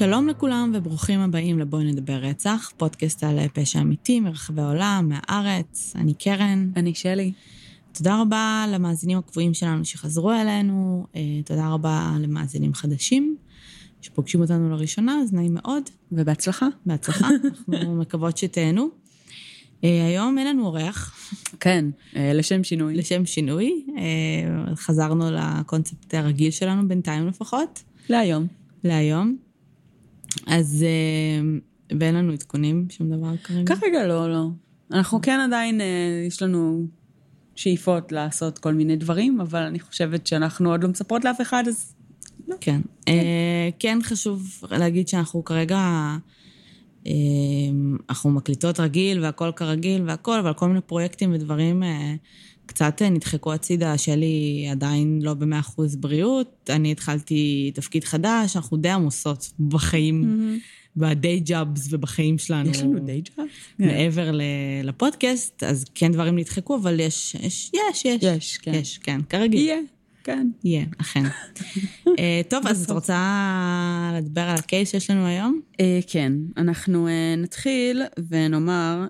שלום לכולם וברוכים הבאים לבואי נדבר רצח, פודקאסט על פשע אמיתי מרחבי העולם, מהארץ. אני קרן. אני שלי. תודה רבה למאזינים הקבועים שלנו שחזרו אלינו, תודה רבה למאזינים חדשים שפוגשים אותנו לראשונה, אז נעים מאוד. ובהצלחה. בהצלחה, אנחנו מקוות שתהנו. היום אין לנו אורח. כן, לשם שינוי. לשם שינוי, חזרנו לקונספט הרגיל שלנו בינתיים לפחות. להיום. אז ואין לנו עדכונים, שום דבר כרגע. כרגע לא. אנחנו כן עדיין, יש לנו שאיפות לעשות כל מיני דברים, אבל אני חושבת שאנחנו עוד לא מספרות לאף אחד, אז לא. כן. כן חשוב להגיד שאנחנו כרגע, אנחנו מקליטות רגיל והכל כרגיל והכל, אבל כל מיני פרויקטים ודברים קצת נדחקו הצידה, שלי עדיין לא ב100% בריאות, אני התחלתי תפקיד חדש, אנחנו די עמוסות בחיים, בדיי ג'אבס ובחיים שלנו. יש לנו דיי ג'אבס? מעבר לפודקאסט, אז כן דברים נדחקו, אבל יש, כן, כרגיל. יהיה, כן. יהיה, אכן. טוב, אז את רוצה לדבר על הקייס שיש לנו היום? כן, אנחנו נתחיל ונאמר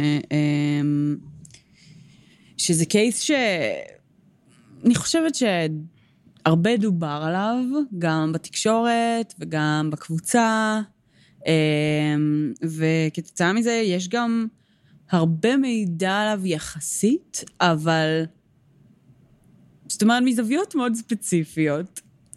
שזה קייס שאני חושבת שהרבה דובר עליו, גם בתקשורת וגם בקבוצה, וכתוצאה מזה יש גם הרבה מידע עליו יחסית, אבל זאת אומרת מזוויות מאוד ספציפיות.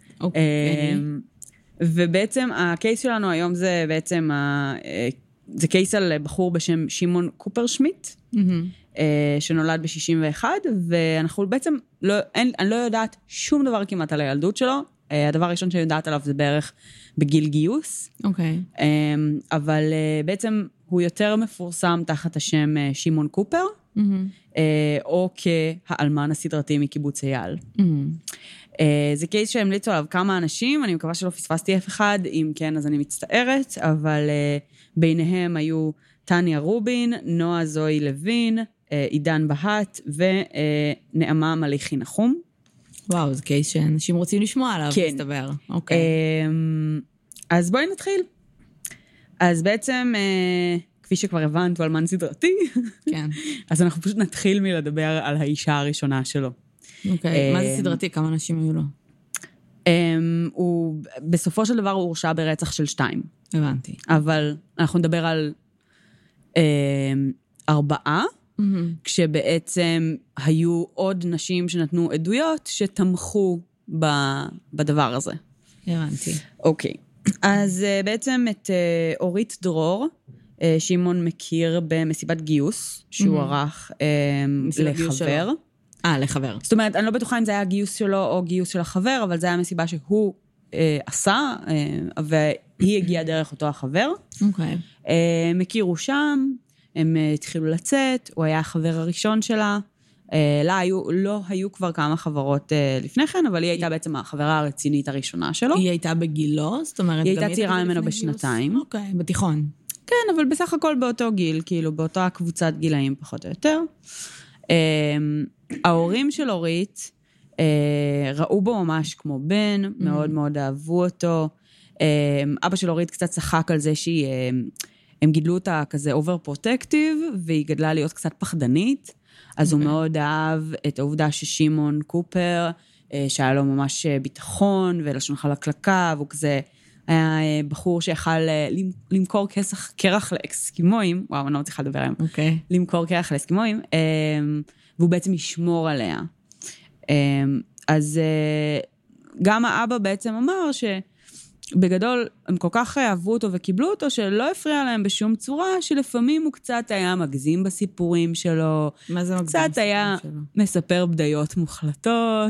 ובעצם הקייס שלנו היום זה בעצם, זה קייס על בחור בשם שמעון קופרשמיט, שנולד ב-61, ואנחנו בעצם, אני לא יודעת שום דבר כמעט על הילדות שלו, הדבר הראשון שאני יודעת עליו זה בערך בגיל גיוס. אוקיי. אבל בעצם הוא יותר מפורסם תחת השם שמעון קופר, או כהאלמן הסדרתי מקיבוץ אייל. זה קייס שהמליצו עליו כמה אנשים, אני מקווה שלא פספסתי אף אחד, אם כן אז אני מצטערת, אבל ביניהם היו טניה רובין, נועה זוהי לוין, עידן בהט ונעמה מליחי נחום. וואו, זה קייס שאנשים רוצים לשמוע עליו, כן. מסתבר. אוקיי. אז בואי נתחיל. אז בעצם, כפי שכבר הבנת, הוא אלמן סדרתי. כן. אז אנחנו פשוט נתחיל מלדבר על האישה הראשונה שלו. אוקיי, מה זה סדרתי? כמה אנשים היו לו? הוא, בסופו של דבר הוא הורשע ברצח של 2. הבנתי. אבל אנחנו נדבר על 4, כשבעצם היו עוד נשים שנתנו עדויות שתמכו בדבר הזה. הבנתי. אוקיי. אז בעצם את אורית דרור, שמעון מכיר במסיבת גיוס, שהוא ערך לחבר. לחבר. זאת אומרת, אני לא בטוחה אם זה היה גיוס שלו או גיוס של החבר, אבל זה היה מסיבה שהוא עשה, והיא הגיעה דרך אותו החבר. אוקיי. הם הכירו שם, הם התחילו לצאת, הוא היה החבר הראשון שלה, לא היו כבר כמה חברות לפני כן, אבל היא הייתה בעצם החברה הרצינית הראשונה שלו. היא הייתה בגילו, זאת אומרת... היא הייתה צעירה ממנו בשנתיים. אוקיי, בתיכון. כן, אבל בסך הכל באותו גיל, כאילו באותה קבוצת גילאים פחות או יותר. ההורים של אורית ראו בו ממש כמו בן, מאוד מאוד אהבו אותו. אבא של אורית קצת צחק על זה הם גידלו אותה כזה אובר פרוטקטיב, והיא גדלה להיות קצת פחדנית, אז הוא מאוד אהב את העובדה ששמעון קופר, שהיה לו ממש ביטחון ולשון חלקלקה, והוא כזה היה בחור שיכל למכור קרח לאסקימואים, וואו, אני לא מצליחה לדבר עליהם, למכור קרח לאסקימואים, והוא בעצם ישמור עליה. אז גם האבא בעצם אמר שבגדול הם כל כך אהבו אותו וקיבלו אותו, שלא הפריע להם בשום צורה, שלפעמים הוא קצת היה מגזים בסיפורים שלו, מה זה מגזים קצת היה מספר בדיות מוחלטות.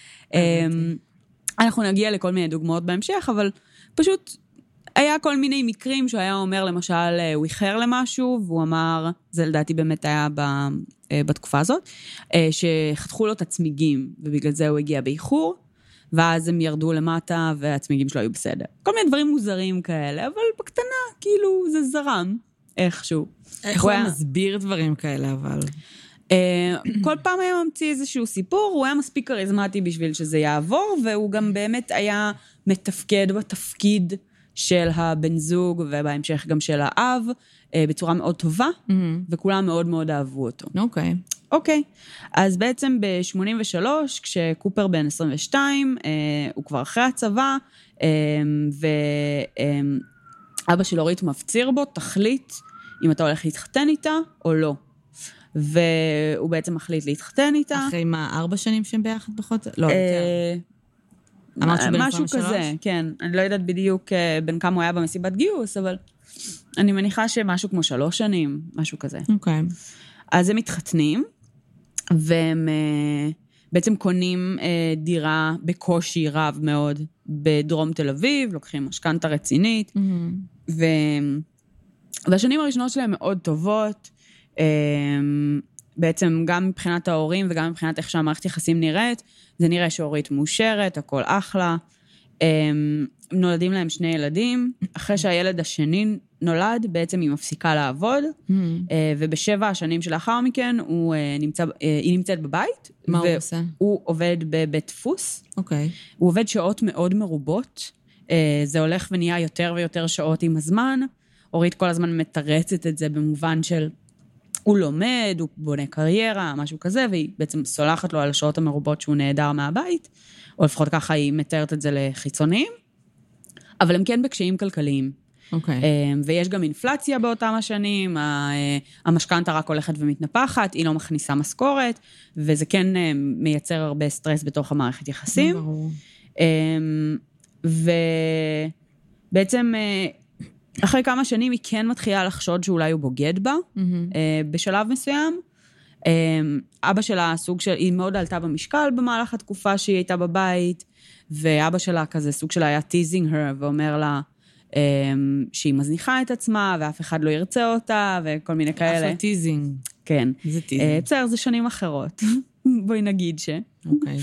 אנחנו נגיע לכל מיני דוגמאות בהמשך, אבל פשוט היה כל מיני מקרים שהוא היה אומר, למשל, הוא איחר למשהו, והוא אמר, זה לדעתי באמת היה בתקופה הזאת, שחתכו לו את הצמיגים, ובגלל זה הוא הגיע באיחור, ואז הם ירדו למטה, והצמיגים שלו היו בסדר. כל מיני דברים מוזרים כאלה, אבל בקטנה, כאילו, זה זרם, איכשהו. איך הוא מסביר דברים כאלה, אבל... כל פעם היה ממציא איזשהו סיפור, הוא היה מספיק כריזמטי בשביל שזה יעבור, והוא גם באמת היה מתפקד בתפקיד של הבן זוג, ובהמשך גם של האב, בצורה מאוד טובה, וכולם מאוד מאוד אהבו אותו. אוקיי. אוקיי, אז בעצם ב-83, כשקופר בן 22, הוא כבר אחרי הצבא, ואבא של אורית מפציר בו, תחליט אם אתה הולך להתחתן איתה או לא. והוא בעצם מחליט להתחתן איתה. אחרי מה, 4 שנים שהם ביחד פחות? לא, יותר. אמרת שבין 23? משהו כזה, כן. אני לא יודעת בדיוק בין כמה הוא היה במסיבת גיוס, אבל אני מניחה שמשהו כמו 3 שנים, משהו כזה. אוקיי. אז הם מתחתנים, והם בעצם קונים דירה בקושי רב מאוד בדרום תל אביב, לוקחים משכנתה רצינית, והשנים הראשונות שלהם מאוד טובות, בעצם גם מבחינת ההורים וגם מבחינת איך שהמערכת יחסים נראית, זה נראה שהורית מאושרת, הכל אחלה, נולדים להם 2 ילדים, אחרי שהילד השני נולד, בעצם היא מפסיקה לעבוד, וב7 השנים שלאחר מכן, היא נמצאת בבית. מה הוא עושה? הוא עובד בבית דפוס. אוקיי. הוא עובד שעות מאוד מרובות, זה הולך ונהיה יותר ויותר שעות עם הזמן, אורית כל הזמן מתרצת את זה במובן של, הוא לומד, הוא בונה קריירה, משהו כזה, והיא בעצם סולחת לו על השעות המרובות שהוא נהדר מהבית, או לפחות ככה היא מתארת את זה לחיצוניים, אבל הם כן בקשיים כלכליים. אוקיי. ויש גם אינפלציה באותם השנים, המשכנתה רק הולכת ומתנפחת, היא לא מכניסה משכורת, וזה כן מייצר הרבה סטרס בתוך המערכת יחסים. ברור. ובעצם אחרי כמה שנים היא כן מתחילה לחשוד שאולי הוא בוגד בה, בשלב מסוים. אבא שלה, סוג של, היא מאוד עלתה במשקל במהלך התקופה שהיא הייתה בבית, ואבא שלה כזה, סוג שלה היה teasing her, ואומר לה שהיא מזניחה את עצמה, ואף אחד לא ירצה אותה, וכל מיני כאלה. אחלה טיזינג. כן. זה טיזינג. בסדר, זה שנים אחרות. בואי נגיד ש. אוקיי.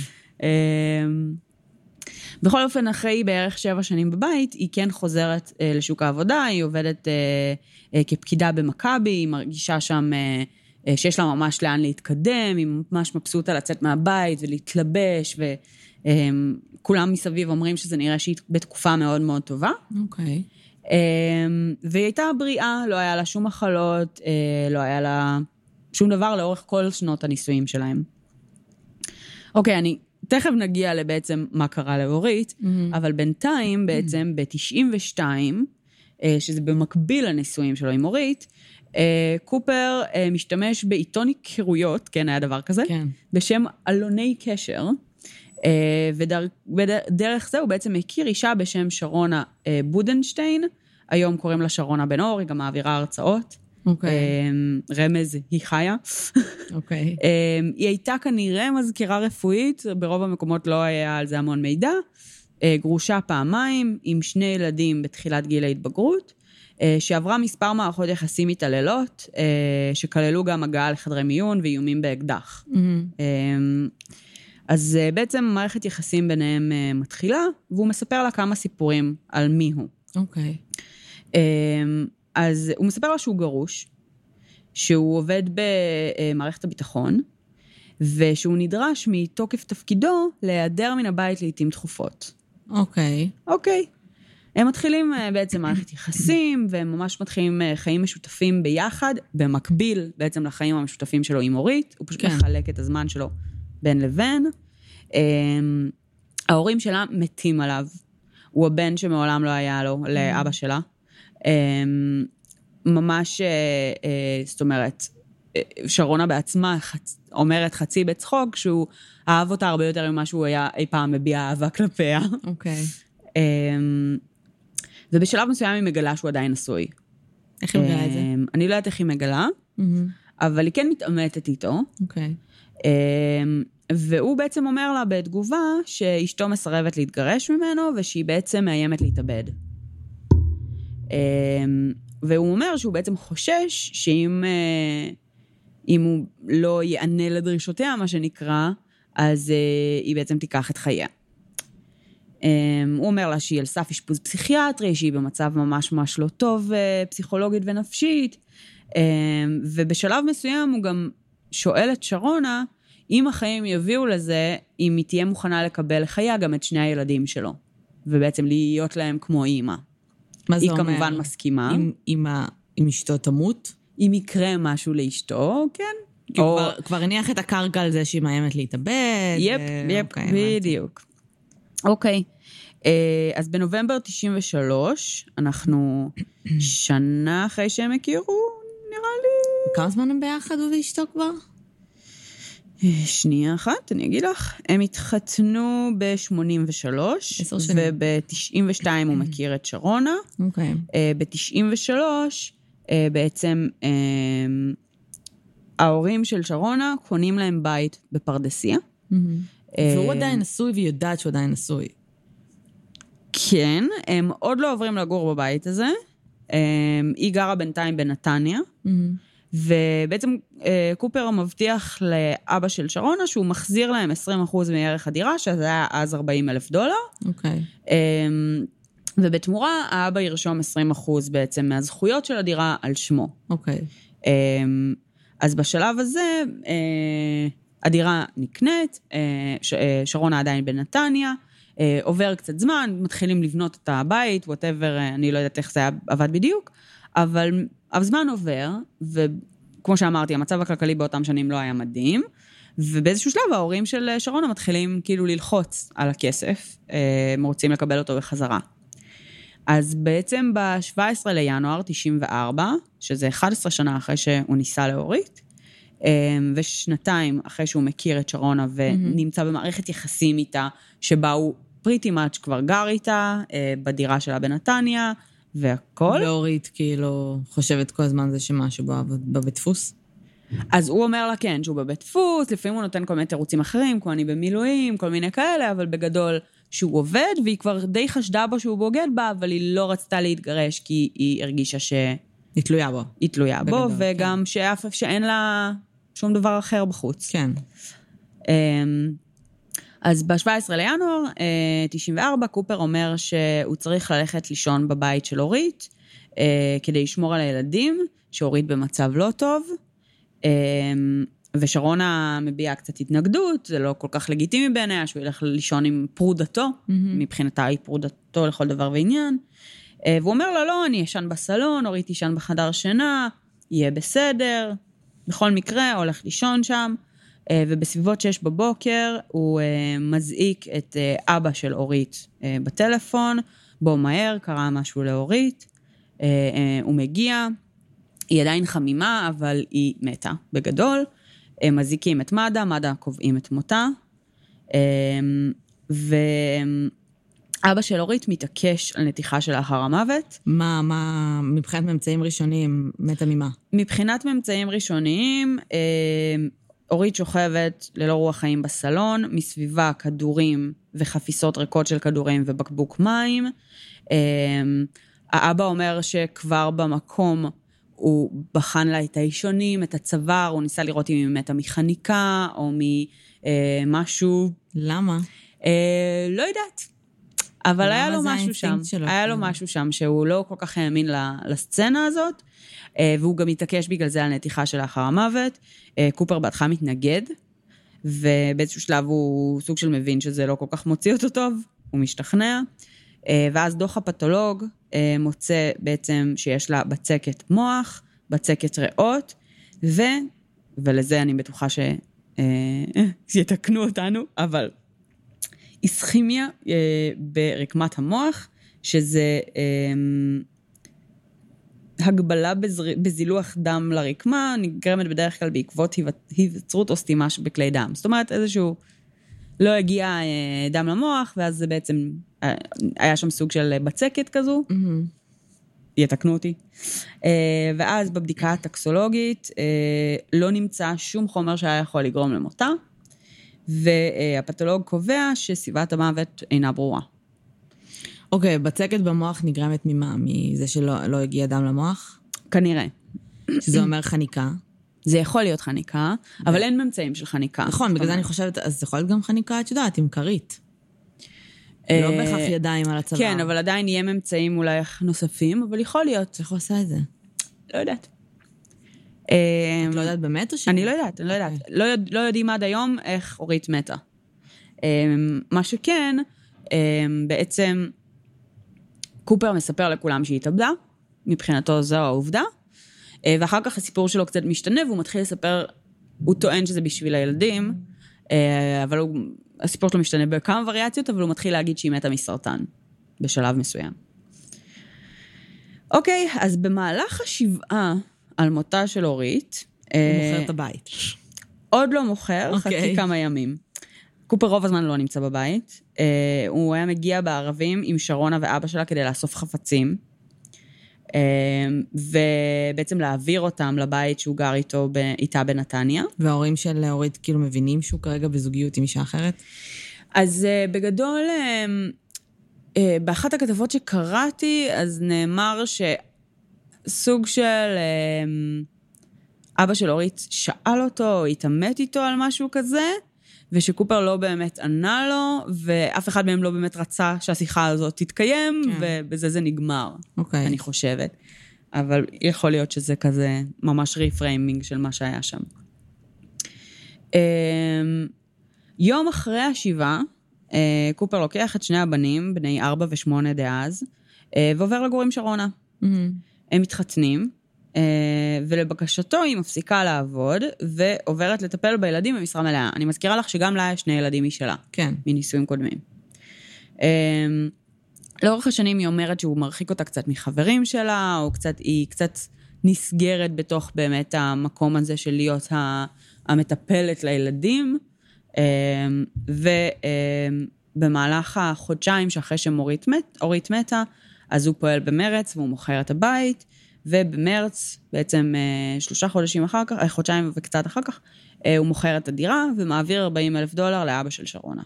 בכל אופן, אחרי בערך 7 שנים בבית, היא כן חוזרת לשוק העבודה, היא עובדת כפקידה במכבי, היא מרגישה שם שיש לה ממש לאן להתקדם, היא ממש מבסוטה לצאת מהבית ולהתלבש, וכולם מסביב אומרים שזה נראה שהיא בתקופה מאוד מאוד טובה. אוקיי. והיא הייתה בריאה, לא היה לה שום מחלות, לא היה לה שום דבר לאורך כל שנות הניסויים שלהם. אוקיי, אני תכף נגיע לבעצם מה קרה לאורית, אבל בינתיים בעצם ב-92, שזה במקביל לניסויים שלו עם אורית, קופר משתמש בעיתון היכרויות, כן, היה דבר כזה, כן. בשם אלוני קשר, ודרך זה הוא בעצם הכיר אישה בשם שרונה בודנשטיין, היום קוראים לה שרונה בן אור, היא גם מעבירה הרצאות, רמז, היא חיה. אוקיי. היא הייתה כנראה מזכירה רפואית, ברוב המקומות לא היה על זה המון מידע, גרושה פעמיים, עם 2 ילדים בתחילת גיל ההתבגרות, שעברה מספר מערכות יחסים מתעללות, שכללו גם הגעה לחדרי מיון ואיומים באקדח. אז בעצם מערכת יחסים ביניהם מתחילה, והוא מספר לה כמה סיפורים על מי הוא. אוקיי. אז הוא מספר לה שהוא גרוש, שהוא עובד במערכת הביטחון, ושהוא נדרש מתוקף תפקידו להיעדר מן הבית לעתים תכופות. אוקיי. אוקיי. הם מתחילים בעצם מערכת יחסים, והם ממש מתחילים חיים משותפים ביחד, במקביל בעצם לחיים המשותפים שלו עם אורית, הוא פשוט מחלק את הזמן שלו בין לבין. ההורים שלה מתים עליו, הוא הבן שמעולם לא היה לו, לאבא שלה. ממש, זאת אומרת, שרונה בעצמה אומרת חצי בצחוק, שהוא אהב אותה הרבה יותר ממה שהוא היה אי פעם מביע אהבה כלפיה. אוקיי. ובשלב מסוים היא מגלה שהוא עדיין נשוי. איך היא מגלה את זה? אני לא יודעת איך היא מגלה, אבל היא כן מתאמתת איתו. אוקיי. והוא בעצם אומר לה בתגובה שאשתו מסרבת להתגרש ממנו, ושהיא בעצם מאיימת להתאבד. והוא אומר שהוא בעצם חושש שאם הוא לא יענה לדרישותיה, מה שנקרא, אז היא בעצם תיקח את חייה. הוא אומר לה שהיא על סף אשפוז פסיכיאטרי, שהיא במצב ממש ממש לא טוב, פסיכולוגית ונפשית, ובשלב מסוים הוא גם שואל את שרונה, אם החיים יביאו לזה, אם היא תהיה מוכנה לקבל לחייה גם את 2 הילדים שלו, ובעצם להיות להם כמו אימא. מה זה היא אומר? כמובן מסכימה. אם אשתו תמות? אם יקרה משהו לאשתו, כן. כי הוא כבר הניח את הקרקע על זה שהיא מאיימת להתאבד. יפ, בדיוק. אוקיי. אז בנובמבר 93, אנחנו שנה אחרי שהם הכירו, נראה לי. כמה זמן הם ביחד הוא ואשתו כבר? שנייה אחת, אני אגיד לך. הם התחתנו ב-83, וב-92 הוא מכיר את שרונה. אוקיי. ב-93, בעצם ההורים של שרונה קונים להם בית בפרדסיה. והוא עדיין נשוי והיא יודעת שהוא עדיין נשוי. כן, הם עוד לא עוברים לגור בבית הזה. היא גרה בינתיים בנתניה. ובעצם קופר מבטיח לאבא של שרונה שהוא מחזיר להם 20% מערך הדירה, שזה היה אז $40,000. אוקיי. ובתמורה האבא ירשום 20% בעצם מהזכויות של הדירה על שמו. אוקיי. אז בשלב הזה הדירה נקנית, שרונה עדיין בנתניה, עובר קצת זמן, מתחילים לבנות את הבית, whatever, אני לא יודעת איך זה עבד בדיוק, אבל הזמן עובר, וכמו שאמרתי, המצב הכלכלי באותם שנים לא היה מדהים, ובאיזשהו שלב ההורים של שרונה מתחילים כאילו ללחוץ על הכסף, הם רוצים לקבל אותו בחזרה. אז בעצם ב-17 לינואר 94, שזה 11 שנה אחרי שהוא ניסה להורית, ושנתיים אחרי שהוא מכיר את שרונה ונמצא במערכת יחסים איתה, שבה הוא פריטי מאץ' כבר גר איתה, בדירה שלה בנתניה, והכל. והורית כאילו חושבת כל הזמן זה שמשהו בבית דפוס? אז הוא אומר לה כן, שהוא בבית דפוס, לפעמים הוא נותן כל מיני תירוצים אחרים, כמו אני במילואים, כל מיני כאלה, אבל בגדול שהוא עובד, והיא כבר די חשדה בו שהוא בוגד בה, אבל היא לא רצתה להתגרש, כי היא הרגישה היא תלויה בו. היא תלויה בו, בגדול, וגם שאין לה שום דבר אחר בחוץ. כן. אז ב-17 לינואר 94, קופר אומר שהוא צריך ללכת לישון בבית של אורית, כדי לשמור על הילדים, שאורית במצב לא טוב, ושרונה מביעה קצת התנגדות, זה לא כל כך לגיטימי בעיניה, שהוא ילך לישון עם פרודתו, מבחינתה היא פרודתו לכל דבר ועניין, והוא אומר לה, לא, אני ישן בסלון, אורית ישן בחדר שינה, יהיה בסדר, בכל מקרה, הולך לישון שם, ובסביבות 6 בבוקר, הוא מזעיק את אבא של אורית בטלפון, בוא מהר, קרה משהו לאורית, הוא מגיע, היא עדיין חמימה, אבל היא מתה בגדול, הם מזיקים את מד"א קובעים את מותה, ואבא של אורית מתעקש על נתיחה של לאחר המוות. מה, מבחינת ממצאים ראשוניים, מתה ממה? מבחינת ממצאים ראשוניים, אורית שוכבת ללא רוח חיים בסלון, מסביבה כדורים וחפיסות ריקות של כדורים ובקבוק מים. האבא אומר שכבר במקום הוא בחן לה את האישונים, את הצוואר, הוא ניסה לראות אם היא מתה מחניקה או ממשהו. למה? לא יודעת. אבל היה לו משהו שם. היה לו משהו שם שהוא לא כל כך האמין לסצנה הזאת, והוא גם התעקש בגלל זה על נתיחה של לאחר המוות. קופר בהתחלה מתנגד, ובאיזשהו שלב הוא סוג של מבין שזה לא כל כך מוציא אותו טוב, הוא משתכנע, ואז דוח הפתולוג מוצא בעצם שיש לה בצקת מוח, בצקת ריאות, ולזה אני בטוחה שיתקנו אותנו, אבל איסכימיה ברקמת המוח, שזה הגבלה בזילוח דם לרקמה, נגרמת בדרך כלל בעקבות היווצרות או סתימה בכלי דם. זאת אומרת, איזשהו לא הגיע דם למוח, ואז זה בעצם היה שם סוג של בצקת כזו, יתקנו אותי. ואז בבדיקה הטוקסולוגית לא נמצא שום חומר שהיה יכול לגרום למותה, והפתולוג קובע שסיבת המוות אינה ברורה. אוקיי, בצקת במוח נגרמת ממה? מזה שלא הגיע דם למוח? כנראה. שזה אומר חניקה? זה יכול להיות חניקה, אבל אין ממצאים של חניקה. נכון, בגלל זה אני חושבת, אז זה יכול להיות גם חניקה, את יודעת, עם כרית. לא בהכרח ידיים על הצוואר. כן, אבל עדיין יהיה ממצאים אולי נוספים, אבל יכול להיות. איך הוא עושה את זה? לא יודעת. את לא יודעת באמת או ש... אני לא יודעת, אני לא יודעת. לא יודעים עד היום איך אורית מתה. מה שכן, בעצם קופר מספר לכולם שהיא התאבדה, מבחינתו זו העובדה, ואחר כך הסיפור שלו קצת משתנה, והוא מתחיל לספר, הוא טוען שזה בשביל הילדים, אבל הסיפור שלו משתנה בכמה וריאציות, אבל הוא מתחיל להגיד שהיא מתה מסרטן, בשלב מסוים. אוקיי, אז במהלך השבעה על מותה של אורית, הוא מוכר את הבית. עוד לא מוכר, חכי כמה ימים. קופר רוב הזמן לא נמצא בבית, הוא היה מגיע בערבים עם שרונה ואבא שלה כדי לאסוף חפצים, ובעצם להעביר אותם לבית שהוא גר איתה בנתניה. וההורים של אורית כאילו מבינים שהוא כרגע בזוגיות עם אישה אחרת? אז בגדול, באחת הכתבות שקראתי, אז נאמר שסוג של אבא של אורית שאל אותו, או התאמת איתו על משהו כזה, ושקופר לא באמת ענה לו, ואף אחד מהם לא באמת רצה שהשיחה הזאת תתקיים, ובזה זה נגמר, אני חושבת. אבל יכול להיות שזה כזה ממש ריפריימינג של מה שהיה שם. יום אחרי השבעה, קופר לוקח את שני הבנים, בני 4 ו8 דאז, ועובר לגור עם שרונה. הם מתחתנים, ולבקשתו היא מפסיקה לעבוד, ועוברת לטפל בילדים במשרה מלאה. אני מזכירה לך שגם לה יש 2 ילדים משלה. כן. מנישואים קודמים. לאורך השנים היא אומרת שהוא מרחיק אותה קצת מחברים שלה, או היא קצת נסגרת בתוך באמת המקום הזה של להיות המטפלת לילדים, ובמהלך החודשיים שאחרי שאורית מתה, אז הוא פועל במרץ, והוא מוכר את הבית, ובמרץ, בעצם 3 חודשים אחר כך, חודשיים וקצת אחר כך, הוא מוכר את הדירה, ומעביר $40,000 לאבא של שרונה.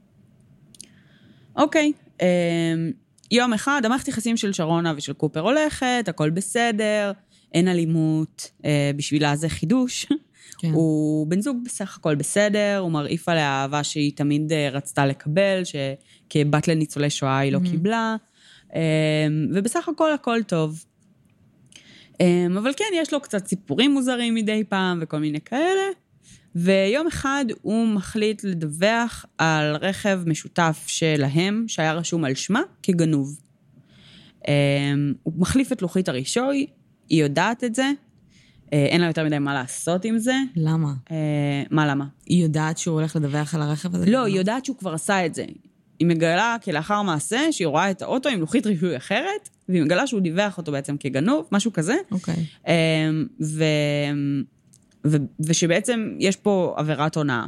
אוקיי, יום אחד, המערכת יחסים של שרונה ושל קופר הולכת, הכל בסדר, אין אלימות, בשבילה זה חידוש. כן. הוא בן זוג בסך הכל בסדר, הוא מרעיף עליה אהבה שהיא תמיד רצתה לקבל, שכבת לניצולי שואה היא לא קיבלה, ובסך הכל טוב. אבל כן, יש לו קצת סיפורים מוזרים מדי פעם וכל מיני כאלה, ויום אחד הוא מחליט לדווח על רכב משותף שלהם, שהיה רשום על שמה כגנוב. הוא מחליף את לוחית הרישוי, היא יודעת את זה, אין לה יותר מדי מה לעשות עם זה. למה? מה למה? היא יודעת שהוא הולך לדווח על הרכב הזה? לא, היא יודעת שהוא כבר עשה את זה. היא מגלה כלאחר מעשה שהיא רואה את האוטו עם לוחית רישוי אחרת, והיא מגלה שהוא דיווח אותו בעצם כגנוב, משהו כזה. אוקיי. ושבעצם יש פה עבירת הונאה.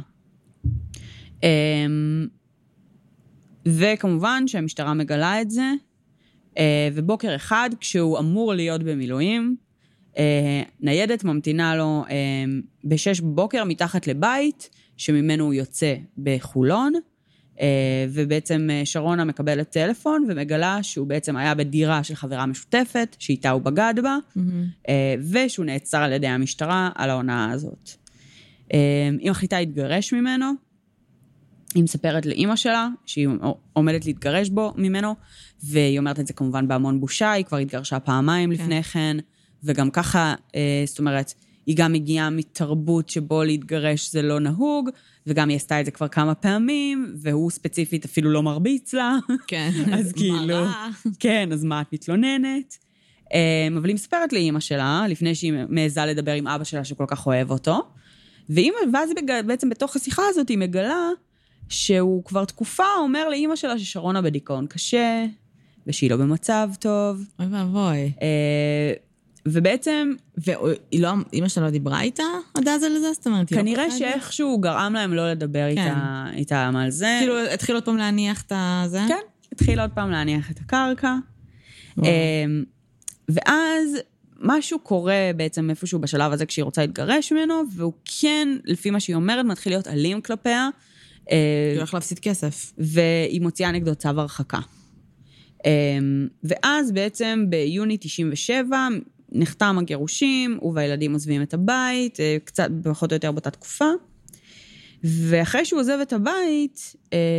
וכמובן שהמשטרה מגלה את זה, ובוקר אחד, כשהוא אמור להיות במילואים, ניידת ממתינה לו ב6 בבוקר מתחת לבית, שממנו הוא יוצא בחולון, ובעצם שרונה מקבלת טלפון, ומגלה שהוא בעצם היה בדירה של חברה משותפת, שאיתה הוא בגד בה, ושהוא נעצר על ידי המשטרה על ההונאה הזאת. היא מחליטה להתגרש ממנו, היא מספרת לאמא שלה, שהיא עומדת להתגרש ממנו, והיא אומרת את זה כמובן בהמון בושה, היא כבר התגרשה פעמיים לפני כן, וגם ככה, זאת אומרת, היא גם הגיעה מתרבות שבו להתגרש זה לא נהוג, וגם היא עשתה את זה כבר כמה פעמים, והוא ספציפית אפילו לא מרביץ לה. כן. אז כאילו, כן, אז מה את מתלוננת? אבל היא מספרת לאמא שלה, לפני שהיא מעזה לדבר עם אבא שלה שכל כך אוהב אותו, ואז בעצם בתוך השיחה הזאת היא מגלה, שהוא כבר תקופה אומר לאמא שלה ששרונה בדיכאון קשה, ושהיא לא במצב טוב. אוי ואבוי. ובעצם... אמא שלה לא דיברה איתה עד אז על זה? זאת אומרת, כנראה שאיכשהו גרם להם לא לדבר איתם על זה. כאילו, התחיל עוד פעם להניח את זה? כן, התחיל עוד פעם להניח את הקרקע. ואז משהו קורה בעצם איפשהו בשלב הזה כשהיא רוצה להתגרש ממנו, והוא כן, לפי מה שהיא אומרת, מתחיל להיות אלים כלפיה. היא הולך להפסיד כסף. והיא מוציאה נגדו צו הרחקה. ואז בעצם ביוני 97 נחתם הגירושים, והילדים עוזבים את הבית, קצת פחות או יותר באותה תקופה. ואחרי שהוא עוזב את הבית,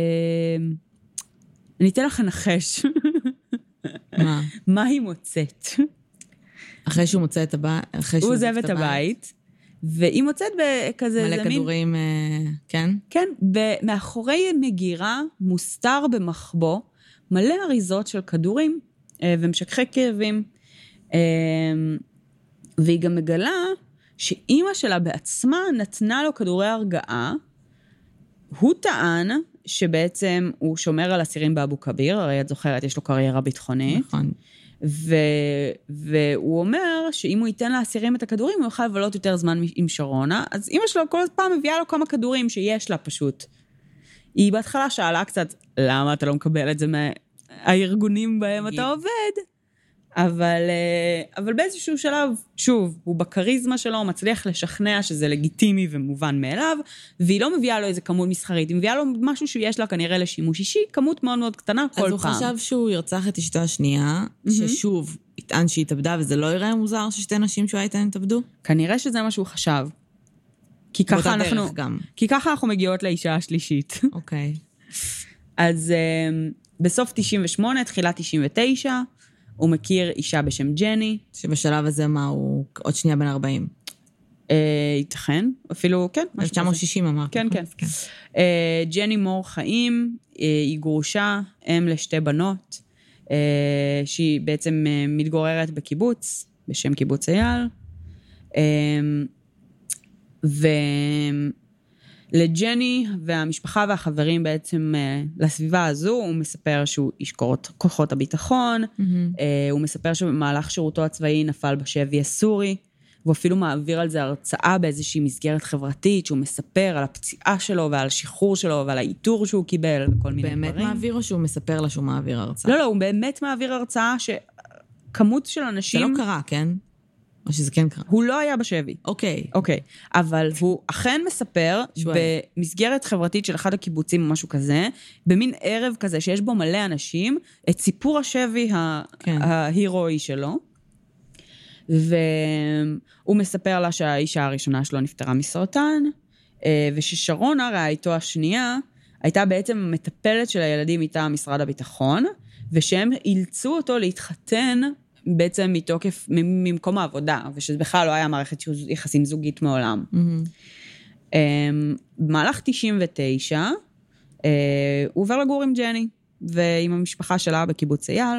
אני אתן לך לנחש. מה? מה היא מוצאת? אחרי שהוא מוצא את הבית? הוא עוזב את הבית, והיא מוצאת בכזה מלא כדורים, כן? כן, מאחורי מגירה מוסתר במחבוא, מלא אריזות של כדורים ומשככי כאבים. והיא גם מגלה שאימא שלה בעצמה נתנה לו כדורי הרגעה. הוא טען שבעצם הוא שומר על אסירים באבו כביר, הרי את זוכרת, יש לו קריירה ביטחונית. נכון. והוא אומר שאם הוא ייתן לאסירים את הכדורים, הוא יוכל לבלות יותר זמן עם שרונה, אז אמא שלו כל פעם מביאה לו כמה כדורים שיש לה פשוט. היא בהתחלה שאלה קצת, למה אתה לא מקבל את זה מהארגונים בהם אתה עובד? אבל באיזשהו שלב, שוב, הוא בקריזמה שלו, הוא מצליח לשכנע שזה לגיטימי ומובן מאליו, והיא לא מביאה לו איזה כמות מסחרית, היא מביאה לו משהו שיש לה כנראה לשימוש אישי, כמות מאוד מאוד קטנה כל פעם. אז הוא חשב שהוא ירצח את אשתו השנייה, ששוב, יטען שהיא התאבדה, וזה לא יראה מוזר ששתי נשים שהוא הייתן התאבדו? כנראה שזה מה שהוא חשב. כי ככה אנחנו מגיעות לאישה השלישית. אוקיי. אז בסוף 98, תחילת 99, הוא מכיר אישה בשם ג'ני. שבשלב הזה מה, הוא עוד שנייה בן 40? ייתכן, אפילו, כן. 1960 אמרת. כן, כן. ג'ני מור חיים, היא גרושה, אם לשתי בנות, שהיא בעצם מתגוררת בקיבוץ, בשם קיבוץ אייל, ולג'ני והמשפחה והחברים בעצם לסביבה הזו, הוא מספר שהוא איש כוחות הביטחון, הוא מספר שבמהלך שירותו הצבאי נפל בשבי הסורי, והוא אפילו מעביר על זה הרצאה באיזושהי מסגרת חברתית, שהוא מספר על הפציעה שלו ועל השחרור שלו ועל האיתור שהוא קיבל וכל מיני דברים. באמת מעביר או שהוא מספר לה שהוא מעביר הרצאה? לא, הוא באמת מעביר הרצאה שכמות של אנשים... זה לא קרה, כן? או שזה כן קרה? הוא לא היה בשבי. אוקיי. אבל הוא אכן מספר במסגרת חברתית של אחד הקיבוצים או משהו כזה, במין ערב כזה שיש בו מלא אנשים, את סיפור השבי ההירואי שלו, והוא מספר לה שהאישה הראשונה שלו נפטרה מסרטן, וששרונה, רעייתו השנייה, הייתה בעצם מטפלת של הילדים איתה משרד הביטחון, ושהם אילצו אותו להתחתן בעצם מתוקף, ממקום העבודה, ושזה בכלל לא היה מערכת יחסים זוגית מעולם. במהלך 99, הוא עובר לגור עם ג'ני, ועם המשפחה שלה בקיבוץ אייל.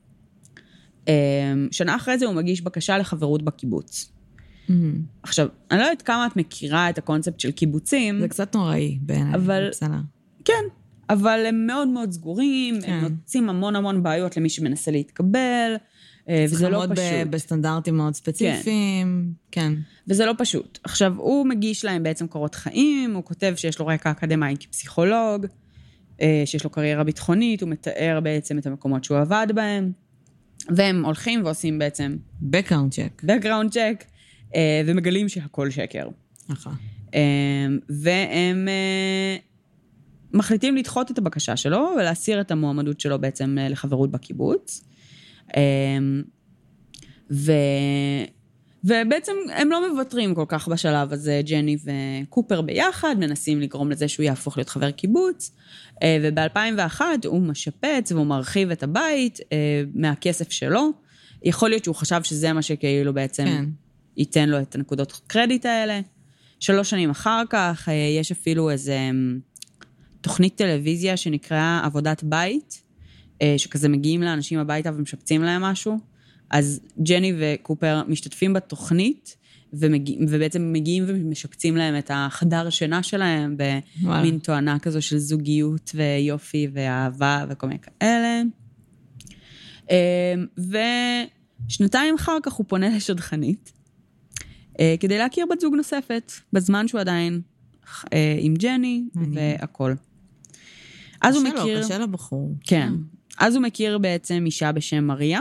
שנה אחרי זה הוא מגיש בקשה לחברות בקיבוץ. עכשיו, אני לא יודעת כמה את מכירה את הקונספט של קיבוצים. זה קצת נוראי בעיניי. אבל, כן, אבל הם מאוד מאוד סגורים, הם נוצאים המון בעיות למי שמנסה להתקבל, וזה לא פשוט. בסטנדרטים מאוד ספציפיים, כן. וזה לא פשוט. עכשיו, הוא מגיש להם בעצם קורות חיים, הוא כותב שיש לו רקע אקדמי כפסיכולוג, שיש לו קריירה ביטחונית, הוא מתאר בעצם את המקומות שהוא עבד בהם, והם הולכים ועושים בעצם background check, ומגלים שהכל שקר. והם מחליטים לדחות את הבקשה שלו, ולהסיר את המועמדות שלו בעצם לחברות בקיבוץ. ובעצם הם לא מוותרים כל כך בשלב הזה, ג'ני וקופר ביחד, מנסים לגרום לזה שהוא יהפוך להיות חבר קיבוץ, וב-2001 הוא משפץ והוא מרחיב את הבית מהכסף שלו, יכול להיות שהוא חשב שזה מה שכאילו בעצם ייתן לו את הנקודות קרדיט האלה. 3 שנים אחר כך יש אפילו איזה תוכנית טלוויזיה שנקרא עבודת בית, שכזה מגיעים לאנשים הביתה ומשפצים להם משהו, אז ג'ני וקופר משתתפים בתוכנית, ובעצם מגיעים ומשפצים להם את החדר שינה שלהם, במין תואנה כזו של זוגיות ויופי ואהבה וכל מיני כאלה. ושנתיים אחר כך הוא פונה לשדכנית, כדי להכיר בת זוג נוספת, בזמן שהוא עדיין עם ג'ני והכל. אז הוא מכיר... קשה לבחור. כן. אז הוא מכיר בעצם אישה בשם מריה,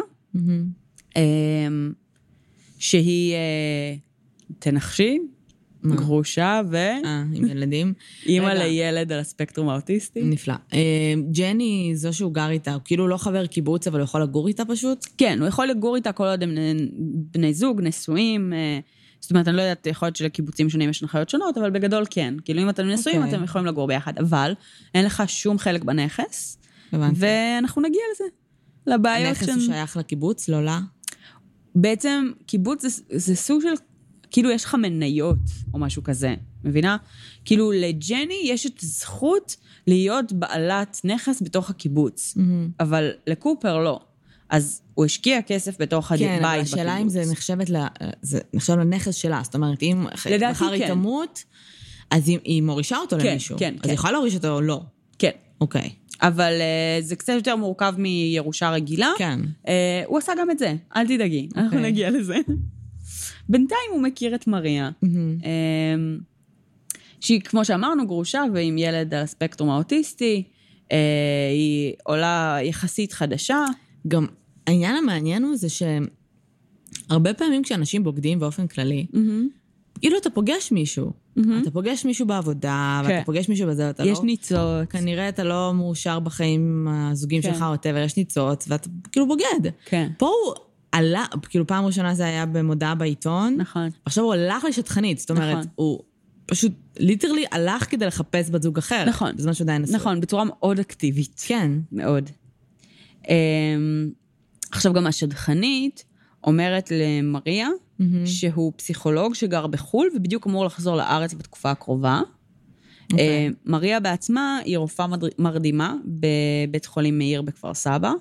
שהיא תנחשי, גרושה עם ילדים. אימא לילד על הספקטרום האוטיסטי. נפלא. ג'ני, זו שהוא גר איתה, הוא כאילו לא חבר קיבוץ, אבל הוא יכול לגור איתה פשוט? כן, הוא יכול לגור איתה כל עוד הם בני זוג, נשואים, זאת אומרת, אני לא יודעת, יכול להיות שלקיבוצים שונים יש הנחיות שונות, אבל בגדול כן. כאילו אם אתם נשואים, אתם יכולים לגור ביחד, אבל אין לך שום חלק בנכס, ואנחנו נגיע לזה. לבעיות נכס הוא שייך לקיבוץ, לא לה? בעצם, קיבוץ זה סוג של, כאילו יש לך מניות, או משהו כזה, מבינה? כאילו לג'ני יש את זכות להיות בעלת נכס בתוך הקיבוץ, אבל לקופר לא. אז הוא השקיע כסף בתוך הבית בקיבוץ. כן, השאלה אם זה נחשב לנכס שלה, זאת אומרת, אם מחר היא תמות, אז היא מורישה אותו למישהו. כן. אז היא יכולה להוריש אותו או לא. כן. אוקיי. אבל זה קצת יותר מורכב מירושה רגילה. כן. הוא עשה גם את זה, אל תדאגי, אנחנו נגיע לזה. בינתיים הוא מכיר את מריה, שהיא, כמו שאמרנו, גרושה ועם ילד על הספקטרום האוטיסטי, היא עולה יחסית חדשה. גם העניין המעניין הוא זה שהרבה פעמים כשאנשים בוגדים באופן כללי, כאילו אתה פוגש מישהו, אתה פוגש מישהו בעבודה, ואתה פוגש מישהו בזה, אתה לא... יש ניצוץ. כנראה אתה לא מאושר בחיים הזוגים שלך או טבע, יש ניצוץ, ואתה כאילו בוגד. כן. פה הוא עלה, כאילו פעם ראשונה זה היה במודעה בעיתון, נכון. עכשיו הוא הלך לשטחנית, זאת אומרת, הוא פשוט ליטרלי הלך כדי לחפש בת זוג אחר. נכון. בזמן שהוא עדיין נשוי. נכון, בצורה מאוד אקטיבית. כן. מאוד. עכשיו גם השדכנית אומרת למריה, שהוא פסיכולוג שגר בחול, ובדיוק אמור לחזור לארץ בתקופה הקרובה. מריה בעצמה היא רופאה מרדימה בבית חולים מאיר בכפר סבא,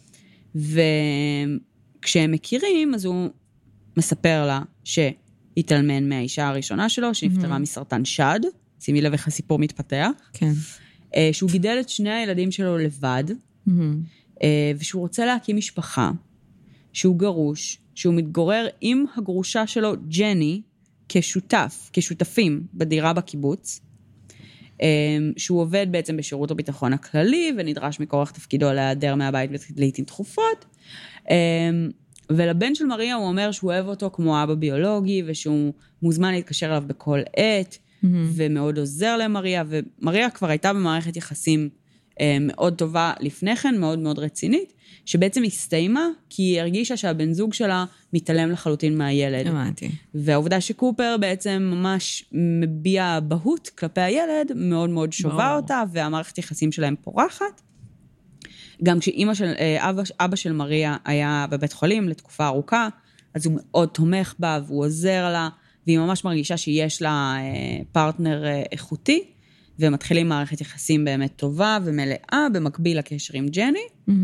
וכשהם מכירים, אז הוא מספר לה שהתעלמן מהאישה הראשונה שלו, שנפטרה מסרטן שד, שימי לב איך הסיפור מתפתח, כן. שהוא גידל את שני הילדים שלו לבד, ושהוא רוצה להקים משפחה, שהוא גרוש, שהוא מתגורר עם הגרושה שלו, ג'ני, כשותפים בדירה בקיבוץ, שהוא עובד בעצם בשירות הביטחון הכללי, ונדרש מכורח תפקידו להיעדר מהבית לעתים תכופות, ולבן של מריה הוא אומר שהוא אוהב אותו כמו אבא ביולוגי, ושהוא מוזמן להתקשר אליו בכל עת, ומאוד עוזר למריה, ומריה כבר הייתה במערכת יחסים מאוד טובה לפני כן, מאוד מאוד רצינית, שבעצם הסתיימה, כי היא הרגישה שהבן זוג שלה מתעלם לחלוטין מהילד. הבנתי. והעובדה שקופר בעצם ממש מביע בהות כלפי הילד, מאוד מאוד שובה אותה, והמערכת יחסים שלהם פורחת. גם כשאבא של מריה היה בבית חולים לתקופה ארוכה, אז הוא מאוד תומך בה, והוא עוזר לה, והיא ממש מרגישה שיש לה פרטנר איכותי, ומתחילים מערכת יחסים באמת טובה ומלאה, במקביל לקשר עם ג'ני.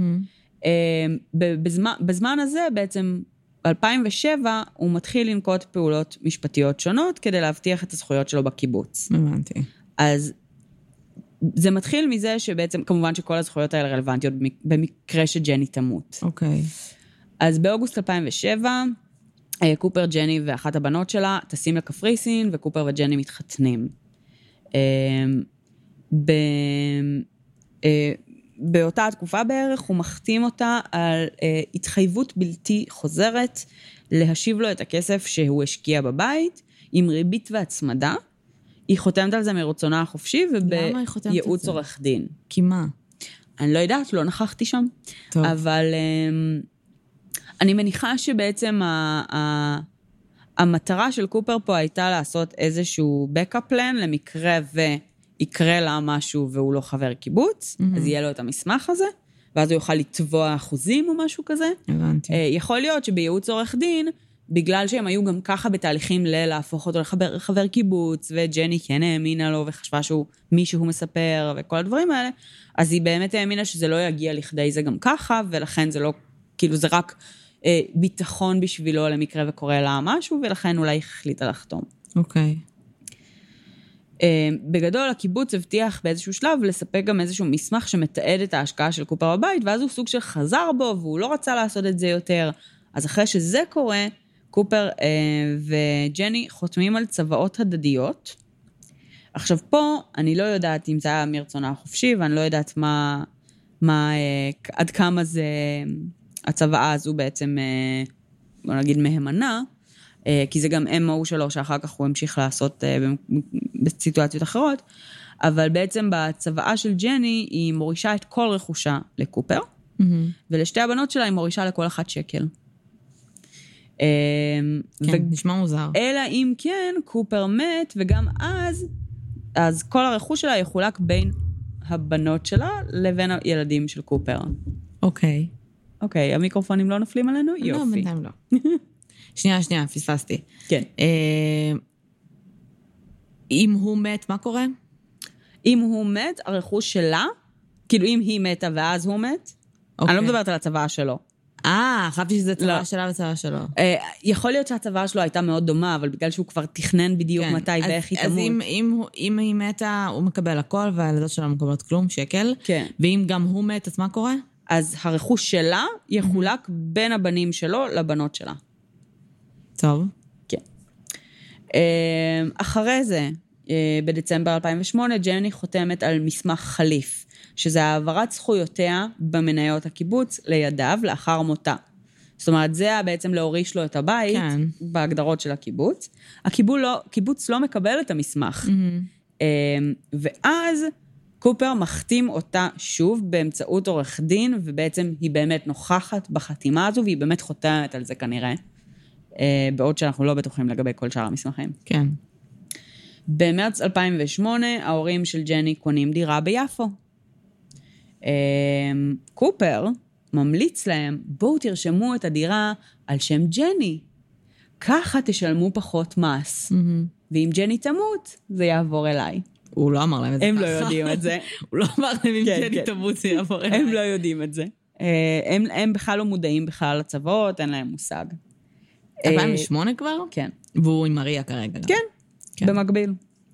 בזמן הזה, בעצם, ב-2007, הוא מתחיל לנקוט פעולות משפטיות שונות, כדי להבטיח את הזכויות שלו בקיבוץ. הבנתי. אז זה מתחיל מזה שבעצם, כמובן שכל הזכויות האלה רלוונטיות, במקרה שג'ני תמות. אוקיי. אז באוגוסט 2007, קופר, ג'ני ואחת הבנות שלה, טסים לקפריסין, וקופר וג'ני מתחתנים. באותה התקופה בערך, הוא מחתים אותה על התחייבות בלתי חוזרת, להשיב לו את הכסף שהוא השקיע בבית, עם ריבית והצמדה. היא חותמת על זה מרצונה החופשי, ובייעוץ עורך דין. כי מה? אני לא יודעת, לא נכחתי שם. טוב. אבל אני מניחה שבעצם המטרה של קופר פה הייתה לעשות איזשהו backup plan, למקרה ויקרה לה משהו והוא לא חבר קיבוץ, אז יהיה לו את המסמך הזה, ואז הוא יוכל לתבוע אחוזים או משהו כזה. הבנתי. יכול להיות שבייעוץ עורך דין, בגלל שהם היו גם ככה בתהליכים להפוך אותו לחבר קיבוץ, וג'ני כן האמינה לו וחשבה שהוא מישהו מספר וכל הדברים האלה, אז היא באמת האמינה שזה לא יגיע לכדי זה גם ככה, ולכן זה לא, כאילו זה רק ביטחון בשבילו למקרה וקורא לה משהו, ולכן אולי החליטה לחתום. אוקיי. בגדול, הקיבוץ הבטיח באיזשהו שלב לספק גם איזשהו מסמך שמתעד את ההשקעה של קופר בבית, ואז הוא סוג של חזר בו, והוא לא רצה לעשות את זה יותר. אז אחרי שזה קורה, קופר וג'ני חותמים על צוואות הדדיות. עכשיו פה, אני לא יודעת אם זה היה מרצונה החופשי, ואני לא יודעת עד כמה זה, הצוואה הזו בעצם, בוא נגיד, מהימנה, כי זה גם MO שלו, שאחר כך הוא המשיך לעשות בסיטואציות אחרות, אבל בעצם בצוואה של ג'ני, היא מורישה את כל רכושה לקופר, ולשתי הבנות שלה היא מורישה לכל אחת שקל. כן, נשמע מוזר. אלא אם כן, קופר מת, וגם אז כל הרכוש שלה יחולק בין הבנות שלה, לבין הילדים של קופר. אוקיי. אוקיי, המיקרופונים לא נופלים עלינו? יופי. לא, בינתיים לא. שנייה, פספסתי. כן. אם הוא מת, מה קורה? אם הוא מת, הרכוש שלה, כאילו אם היא מתה ואז הוא מת, אני לא מדברת על הצוואה שלו. חשבתי שזה צבא שלה וצבא שלו. יכול להיות שהצבא שלו הייתה מאוד דומה, אבל בגלל שהוא כבר תכנן בדיוק מתי ואיך היא תמות. אז אם היא מתה, הוא מקבל הכל, והילדות שלה מקבלות כלום, שקל. כן. ואם גם הוא מת, אז מה קורה? אז הרכוש שלה יחולק בין הבנים שלו לבנות שלה. טוב. כן. אחרי זה, בדצמבר 2008, ג'ני חותמת על מסמך חליף, שזה העברת זכויותיה במניות הקיבוץ לידיו לאחר מותה. זאת אומרת, זה היה בעצם להוריש לו את הבית, כן. בהגדרות של הקיבוץ. הקיבוץ לא מקבל את המסמך. ואז קופר מחתים אותה שוב באמצעות עורך דין, ובעצם היא באמת נוכחת בחתימה הזו, והיא באמת חותמת על זה כנראה, בעוד שאנחנו לא בטוחים לגבי כל שאר המסמכים. כן. במרץ 2008, ההורים של ג'ני קונים דירה ביפו. קופר ממליץ להם, בואו תרשמו את הדירה על שם ג'ני. ככה תשלמו פחות מס. ואם ג'ני תמות, זה יעבור אליי. הוא לא אמר להם את זה. הם לא יודעים את זה. הוא לא אמר להם אם ג'ני תמות, זה יעבור אליי. הם לא יודעים את זה. הם בכלל לא מודעים בכלל לצוות, אין להם מושג. 2008 כבר? כן. והוא עם מריה כרגע. כן, במקביל.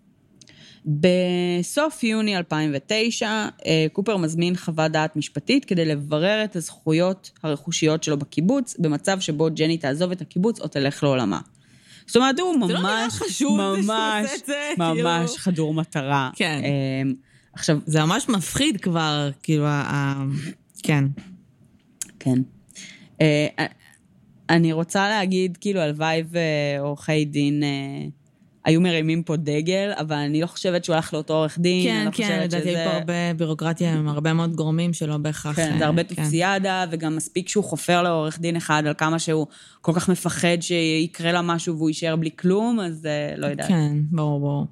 בסוף יוני 2009, קופר מזמין חוות דעת משפטית כדי לברר את הזכויות הרכושיות שלו בקיבוץ, במצב שבו ג'ני תעזוב את הקיבוץ או תלך לעולמה. זאת אומרת, הוא ממש חדור מטרה. כן. עכשיו, זה ממש מפחיד כבר, כאילו, כן. כן. אני רוצה להגיד, כאילו, הלוואי ועורכי דין היו מרימים פה דגל, אבל אני לא חושבת שהוא הלך לאותו עורך דין. כן, כן, לדעתי יש פה הרבה בירוקרטיה, עם הרבה מאוד גורמים שלא בהכרח. כן, זה הרבה טופסיאדה, וגם מספיק שהוא חופר לעורך דין אחד, על כמה שהוא כל כך מפחד שיקרה לה משהו, והוא יישאר בלי כלום, אז לא יודעת. כן, ברור.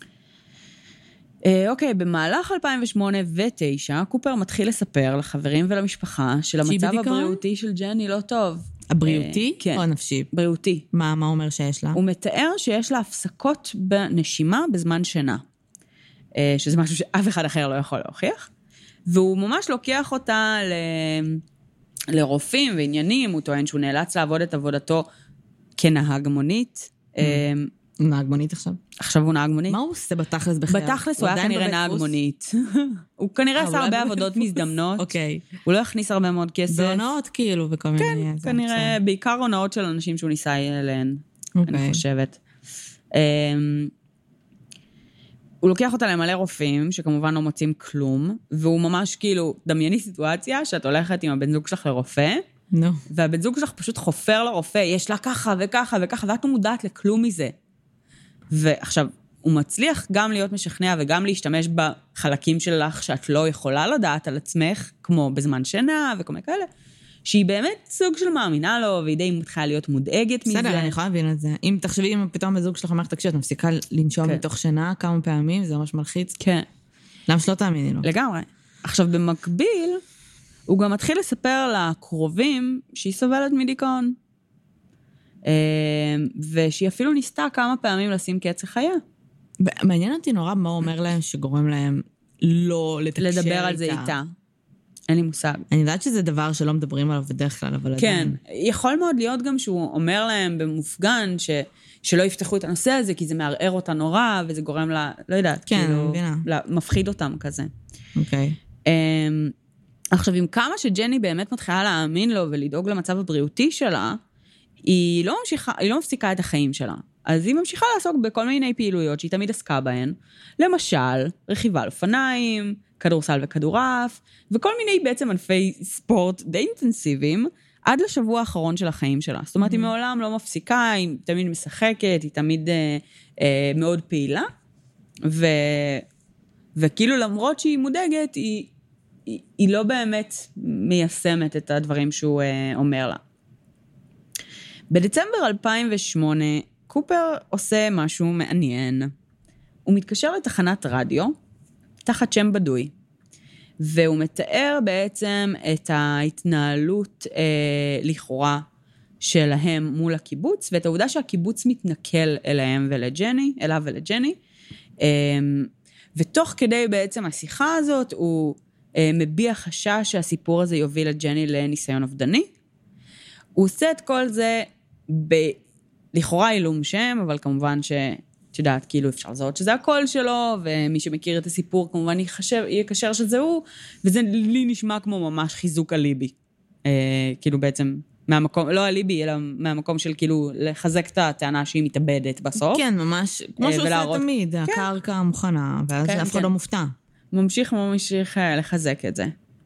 אוקיי, במהלך 2008 ו-2009, קופר מתחיל לספר לחברים ולמשפחה של המצב הבריאותי של ג'ני לא טוב. הבריאותי? כן. או הנפשי? בריאותי. מה אומר שיש לה? הוא מתאר שיש לה הפסקות בנשימה בזמן שינה. שזה משהו שאף אחד אחר לא יכול להוכיח. והוא ממש לוקח אותה לרופאים ועניינים, הוא טוען שהוא נאלץ לעבוד את עבודתו כנהג מונית. הוא נהג מונית עכשיו? עכשיו הוא נהג מונית. מה הוא עושה בתכלס בחייו? בתכלס הוא היה כנראה נהג מונית. הוא כנראה עשה הרבה עבודות מזדמנות. אוקיי. הוא לא הכניס הרבה מאוד כסף. בהונאות כאילו וכל מיני. כן, כנראה בעיקר הונאות של אנשים שהוא ניסה אליהן, אני חושבת. הוא לוקח אותה למלא רופאים, שכמובן לא מוצאים כלום, והוא ממש כאילו, דמייני סיטואציה שאת הולכת עם הבן זוג שלך לרופא, והבן זוג שלך פשוט חופר לרופא, יש לה ככה וככה וככה, ואת לא מודעת לכלום מזה. ועכשיו, הוא מצליח גם להיות משכנע וגם להשתמש בחלקים שלך שאת לא יכולה לדעת על עצמך, כמו בזמן שינה וכל מיני כאלה, שהיא באמת סוג של מאמינה לו, והיא די מתחילה להיות מודאגת מזה. בסדר, אני יכולה להבין את זה. אם תחשבי, אם פתאום בזוג שלך מערכת תקשיב, את מפסיקה לנשום מתוך שינה כמה פעמים, זה ממש מלחיץ. כן. למה שלא תאמיני לו? לגמרי. עכשיו, במקביל, הוא גם מתחיל לספר לקרובים שהיא סובלת מדיכאון. ושהיא אפילו ניסתה כמה פעמים לשים קץ לחייה. מעניין אותי נורא מה הוא אומר להם שגורם להם לא לתקשר איתה. לדבר על זה איתה. אין לי מושג. אני יודעת שזה דבר שלא מדברים עליו בדרך כלל, אבל כן, יכול מאוד להיות גם שהוא אומר להם במופגן שלא יפתחו את הנושא הזה, כי זה מערער אותה נורא, וזה גורם לה, לא יודעת, כן, כאילו, מפחיד אותם כזה. אוקיי. עכשיו, עם כמה שג'ני באמת מתחילה להאמין לו ולדאוג למצב הבריאותי שלה, היא לא מפסיקה את החיים שלה. אז היא ממשיכה לעסוק בכל מיני פעילויות שהיא תמיד עסקה בהן. למשל, רכיבה על אופניים, כדורסל וכדורעף, וכל מיני בעצם ענפי ספורט די אינטנסיביים, עד לשבוע האחרון של החיים שלה. זאת אומרת, היא מעולם לא מפסיקה, היא תמיד משחקת, היא תמיד מאוד פעילה, וכאילו למרות שהיא מודאגת, היא לא באמת מיישמת את הדברים שהוא אומר לה. בדצמבר 2008, קופר עושה משהו מעניין. הוא מתקשר לתחנת רדיו, תחת שם בדוי, והוא מתאר בעצם את ההתנהלות לכאורה שלהם מול הקיבוץ, ואת העובדה שהקיבוץ מתנכל אליהם אליו ולג'ני, ותוך כדי בעצם השיחה הזאת, הוא מביע חשש שהסיפור הזה יוביל את ג'ני לניסיון אובדני, הוא עושה את כל זה לכאורה עילום שם, אבל כמובן את יודעת, כאילו אפשר לזהות שזה הקול שלו, ומי שמכיר את הסיפור כמובן יקשר שזה הוא, וזה לי נשמע כמו ממש חיזוק אליבי. כאילו בעצם מהמקום, לא אליבי, אלא מהמקום של כאילו לחזק את הטענה שהיא מתאבדת בסוף. כן, ממש, כמו שהוא עושה תמיד, הקרקע מוכנה, ואז אף אחד לא מופתע. ממשיך לחזק את זה.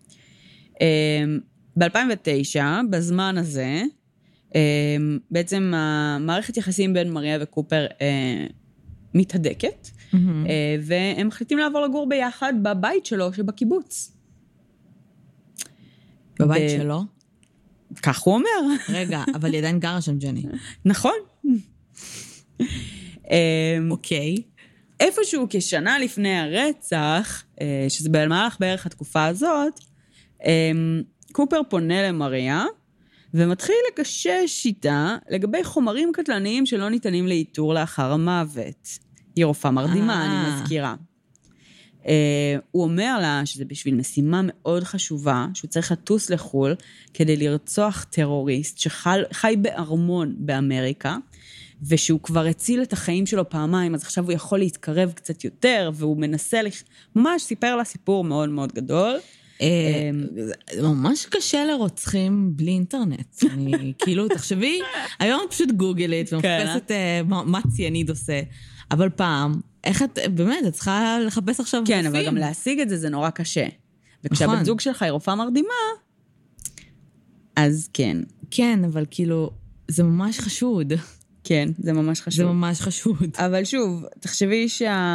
ב-2009, בזמן הזה, בעצם המערכת יחסים בין מריה וקופר מתהדקת, והם מחליטים לעבור לגור ביחד בבית שלו שבקיבוץ. בבית שלו? כך הוא אומר. רגע, אבל היא עדיין גרה שם, ג'ני. נכון. אוקיי. איפשהו כשנה לפני הרצח, שזה במהלך בערך התקופה הזאת, קופר פונה למריה, ומתחיל לקשש איתה לגבי חומרים קטלניים שלא ניתנים לאיתור לאחר המוות. היא רופאה מרדימה, אני מזכירה. הוא אומר לה שזה בשביל משימה מאוד חשובה, שהוא צריך לטוס לחול כדי לרצוח טרוריסט שחי בארמון באמריקה, ושהוא כבר הציל את החיים שלו פעמיים, אז עכשיו הוא יכול להתקרב קצת יותר, והוא מנסה, ממש סיפר לה סיפור מאוד מאוד גדול. זה ממש קשה לרוצחים בלי אינטרנט. אני כאילו, תחשבי, היום את פשוט גוגלית ומחפשת מה ציאניד עושה, אבל פעם, איך את, באמת, את צריכה לחפש עכשיו רופאים. כן, אבל גם להשיג את זה, זה נורא קשה. וכשהבת זוג שלך היא רופאה מרדימה, אז כן. כן, אבל כאילו, זה ממש חשוד. כן, זה ממש חשוד. זה ממש חשוד. אבל שוב, תחשבי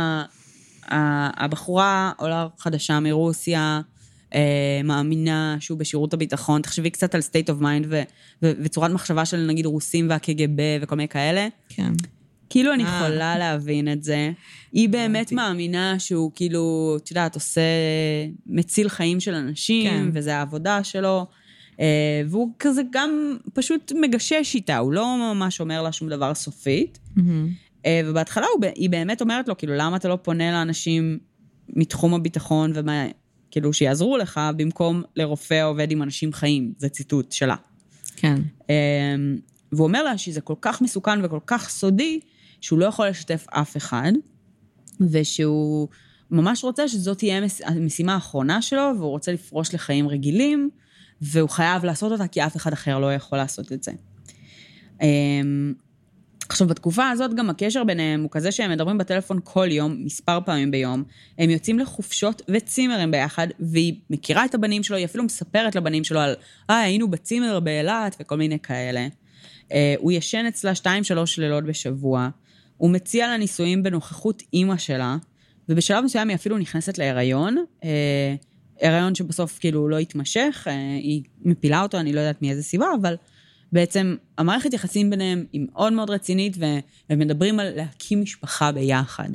שהבחורה עולה חדשה מרוסיה, מאמינה שהוא בשירות הביטחון, תחשבי קצת על state of mind וצורת מחשבה של נגיד רוסים והקג"ב וכל מיני כאלה. כן. כאילו אני יכולה להבין את זה. היא באמת מאמינה שהוא כאילו, את יודעת, עושה מציל חיים של אנשים, וזה העבודה שלו, והוא כזה גם פשוט מגשש איתה, הוא לא ממש אומר לה שום דבר סופית. ובהתחלה היא באמת אומרת לו, כאילו, למה אתה לא פונה לאנשים מתחום הביטחון כאילו שיעזרו לך, במקום לרופא עובד עם אנשים חיים, זה ציטוט שלה. כן. והוא אומר לה שזה כל כך מסוכן וכל כך סודי, שהוא לא יכול לשתף אף אחד, ושהוא ממש רוצה שזאת תהיה המשימה האחרונה שלו, והוא רוצה לפרוש לחיים רגילים, והוא חייב לעשות אותה, כי אף אחד אחר לא יכול לעשות את זה. עכשיו, בתקופה הזאת גם הקשר ביניהם הוא כזה שהם מדברים בטלפון כל יום, מספר פעמים ביום, הם יוצאים לחופשות וצימרים ביחד, והיא מכירה את הבנים שלו, היא אפילו מספרת לבנים שלו על, היינו בצימר באילת וכל מיני כאלה. הוא ישן אצלה 2-3 לילות בשבוע, הוא מציע לה ניסויים בנוכחות אימא שלה, ובשלב מסוים היא אפילו נכנסת להיריון, הריון שבסוף כאילו לא התמשך, היא מפילה אותו, אני לא יודעת מאיזה סיבה, אבל בעצם המערכת יחסים ביניהם היא מאוד מאוד רצינית, ומדברים על להקים משפחה ביחד.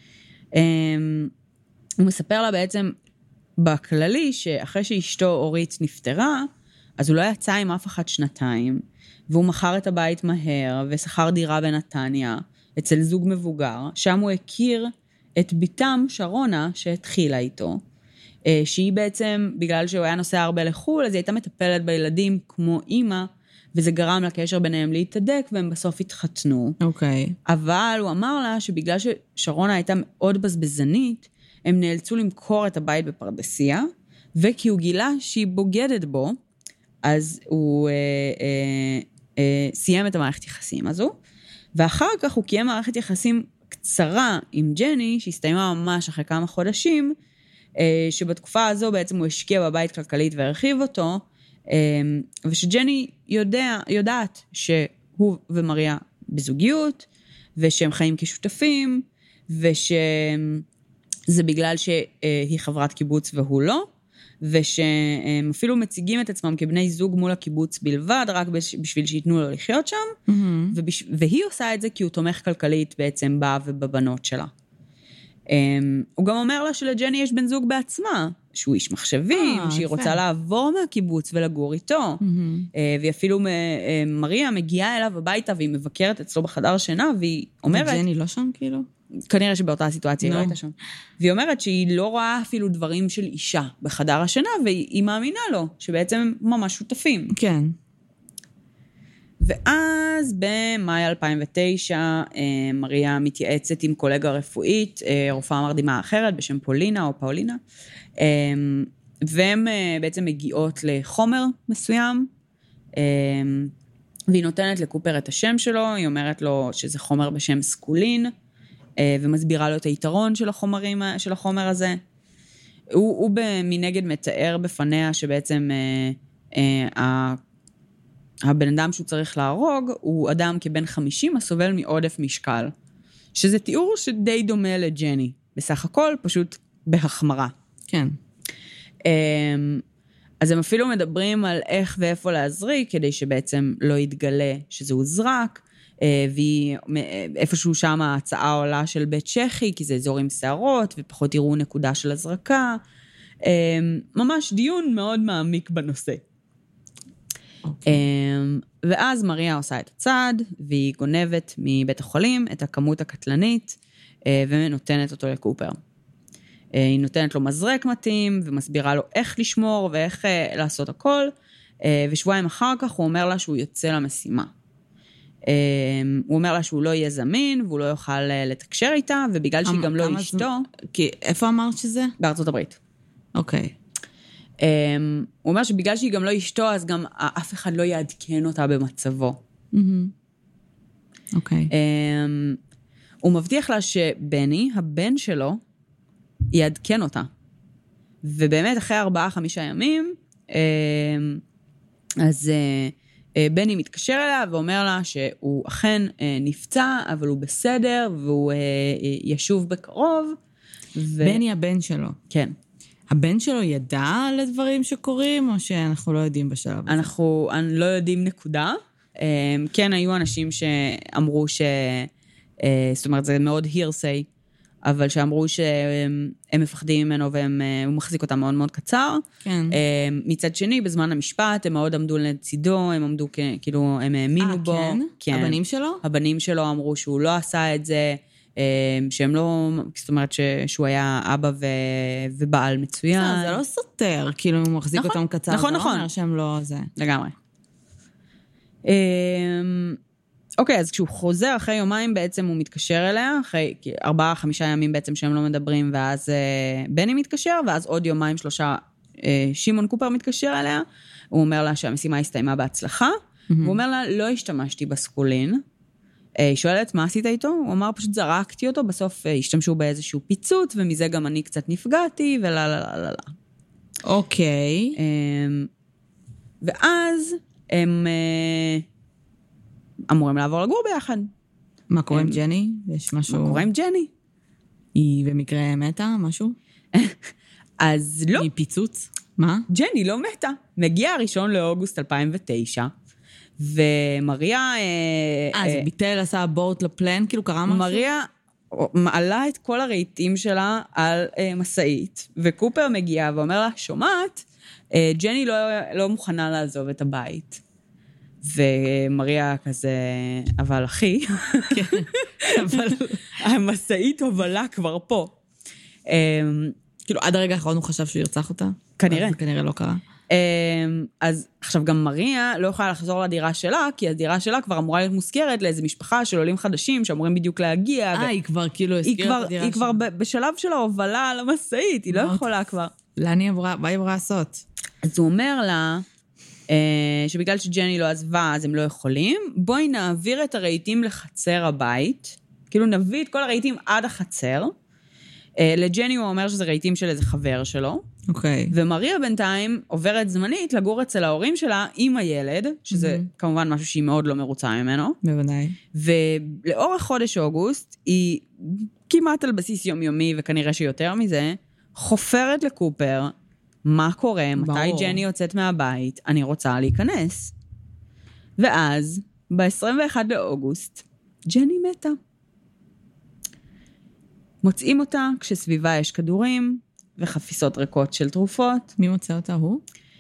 הוא מספר לה בעצם בכללי, שאחרי שאשתו אורית נפטרה, אז הוא לא יצא עם אף אחד 2, והוא מכר את הבית מהר, ושכר דירה בנתניה, אצל זוג מבוגר, שם הוא הכיר את ביתם שרונה, שהתחילה איתו, שהיא בעצם, בגלל שהוא היה נוסע הרבה לחול, אז היא הייתה מטפלת בילדים כמו אימא, וזה גרם לקשר ביניהם להתהדק, והם בסוף התחתנו. אוקיי. אבל הוא אמר לה שבגלל ששרונה הייתה מאוד בזבזנית, הם נאלצו למכור את הבית בפרדסיה, וכי הוא גילה שהיא בוגדת בו, אז הוא סיים את המערכת יחסים הזו, ואחר כך הוא קיים מערכת יחסים קצרה עם ג'ני, שהסתיימה ממש אחרי כמה חודשים, שבתקופה הזו בעצם הוא השקיע בבית כלכלית והרחיב אותו, ושג'ני יודעת שהוא ומריה בזוגיות, ושהם חיים כשותפים, ושזה בגלל שהיא חברת קיבוץ והוא לא, ושהם אפילו מציגים את עצמם כבני זוג מול הקיבוץ בלבד, רק בשביל שיתנו לו לחיות שם, והיא עושה את זה כי הוא תומך כלכלית בעצם בה ובבנות שלה. הוא גם אומר לה שלג'ני יש בן זוג בעצמה, שהוא איש מחשבים, שהיא רוצה לעבור מהקיבוץ ולגור איתו, והיא אפילו מריה מגיעה אליו הביתה, והיא מבקרת אצלו בחדר שינה, והיא אומרת... וג'ני לא שם כאילו? כנראה שבאותה הסיטואציה היא לא הייתה שם. והיא אומרת שהיא לא רואה אפילו דברים של אישה בחדר השינה, והיא מאמינה לו, שבעצם הם ממש שותפים. כן. ואז במאי 2009, מריה מתייעצת עם קולגה רפואית, רופאה מרדימה אחרת בשם פולינה או פאולינה, והן בעצם מגיעות לחומר מסוים, והיא נותנת לקופר את השם שלו, היא אומרת לו שזה חומר בשם סקולין, ומסבירה לו את היתרון של החומר הזה. הוא מנגד מתאר בפניה שבעצם הבן אדם שהוא צריך להרוג, הוא אדם כבן 50 הסובל מעודף משקל, שזה תיאור שדי דומה לג'ני, בסך הכל פשוט בהחמרה. כן. אז הם אפילו מדברים על איך ואיפה להזריק, כדי שבעצם לא יתגלה שזה הוזרק, ואיפשהו שם ההצעה עולה של בית שחי, כי זה אזור עם שערות, ופחות יראו נקודה של הזרקה. ממש דיון מאוד מעמיק בנושא. ואז מריה עושה את הצעד, והיא גונבת מבית החולים את הכמות הקטלנית, ונותנת אותו לקופר. היא נותנת לו מזרק מתאים, ומסבירה לו איך לשמור, ואיך לעשות הכל, ושבועיים אחר כך הוא אומר לה שהוא יוצא למשימה. הוא אומר לה שהוא לא יהיה זמין, והוא לא יוכל לתקשר איתה, ובגלל שהיא גם לא אשתו... כי איפה אמרת שזה? בארצות הברית. אוקיי. הוא אומר שבגלל שהיא גם לא אשתו, אז גם אף אחד לא יעדכן אותה במצבו. אוקיי. הוא מבטיח לה שבני, הבן שלו, יעדכן אותה. ובאמת, אחרי 4-5 ימים, אז בני מתקשר אליה ואומר לה שהוא אכן נפצע, אבל הוא בסדר, והוא ישוב בקרוב. בני הבן שלו. כן. הבן שלו ידע על הדברים שקורים, או שאנחנו לא יודעים בשלב הזה? אנחנו לא יודעים נקודה. כן, היו אנשים שאמרו זאת אומרת, זה מאוד hearsay, אבל שאמרו שהם מפחדים ממנו, והוא מחזיק אותם מאוד מאוד קצר. כן. מצד שני, בזמן המשפט, הם מאוד עמדו לצידו, הם עמדו כאילו, הם האמינו בו. כן? כן. הבנים שלו? הבנים שלו אמרו שהוא לא עשה את זה, שהם לא, זאת אומרת שהוא היה אבא ובעל מצוין. זה לא סותר, כאילו הוא מחזיק אותם קצר. נכון, זה לא אומר שהם לא זה. לגמרי. אוקיי, אז כשהוא חוזר אחרי יומיים בעצם הוא מתקשר אליה, אחרי 4-5 ימים בעצם שהם לא מדברים, ואז בני מתקשר, ואז עוד 2-3 שמעון קופר מתקשר אליה, הוא אומר לה שהמשימה הסתיימה בהצלחה, הוא אומר לה, לא השתמשתי בסקולין, היא שואלת, מה עשית איתו? הוא אמר, פשוט זרקתי אותו, בסוף השתמשו באיזשהו פיצוץ, ומזה גם אני קצת נפגעתי, וללה. אוקיי. ואז הם אמורים לעבור לגור ביחד. מה קורה עם ג'ני? יש משהו... מה קורה עם ג'ני? היא במקרה מתה, משהו? אז לא. היא פיצוץ? מה? ג'ני לא מתה. מגיע 1 לאוגוסט 2009, ומריה... זה ביטל עשה אבורט לפלן, כאילו קרה משהו? מריה מעלה את כל הרהיטים שלה על מסעית, וקופר מגיע ואומר לה, שומעת, ג'ני לא מוכנה לעזוב את הבית. ומריה כזה, אבל אחי, אבל המסעית הובלה כבר פה. כאילו עד הרגע האחרון הוא חשב שהוא ירצח אותה? כנראה. זה כנראה לא קרה. אז עכשיו גם מריה לא יכולה לחזור לדירה שלה, כי הדירה שלה כבר אמורה להיות מוזכרת לאיזו משפחה של עולים חדשים שאמורים בדיוק להגיע. היא כבר כאילו הזכירה את הדירה שלה. היא כבר בשלב של ההובלה על המסעית, היא לא יכולה כבר. מה היא אמורה לעשות? אז הוא אומר לה, שבגלל שג'ני לא עזבה, אז הם לא יכולים, בואי נעביר את הרהיטים לחצר הבית, כאילו נביא את כל הרהיטים עד החצר, לג'ני הוא אומר שזה רהיטים של איזה חבר שלו, אוקיי. ומריה בינתיים עוברת זמנית לגור אצל ההורים שלה עם הילד, שזה כמובן משהו שהיא מאוד לא מרוצה ממנו. בוודאי. ולאורך חודש אוגוסט, היא כמעט על בסיס יומיומי, וכנראה שיותר מזה, חופרת לקופר, מה קורה, מתי ג'ני יוצאת מהבית, אני רוצה להיכנס. ואז, ב-21 לאוגוסט, ג'ני מתה. מוצאים אותה כשסביבה יש כדורים וחפיסות ריקות של תרופות. מי מוצא אותה? הוא?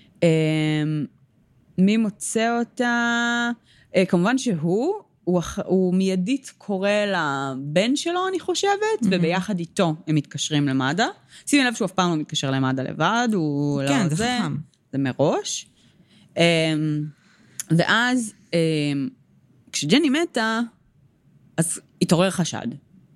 מי מוצא אותה? כמובן הוא מיידית קורא לבן שלו, אני חושבת, וביחד איתו הם מתקשרים למד"א. שימי לב שהוא אף פעם לא מתקשר למד"א לבד, הוא לא כן, זה חכם. זה מראש. ואז כשג'ני מתה, אז התעורר חשד.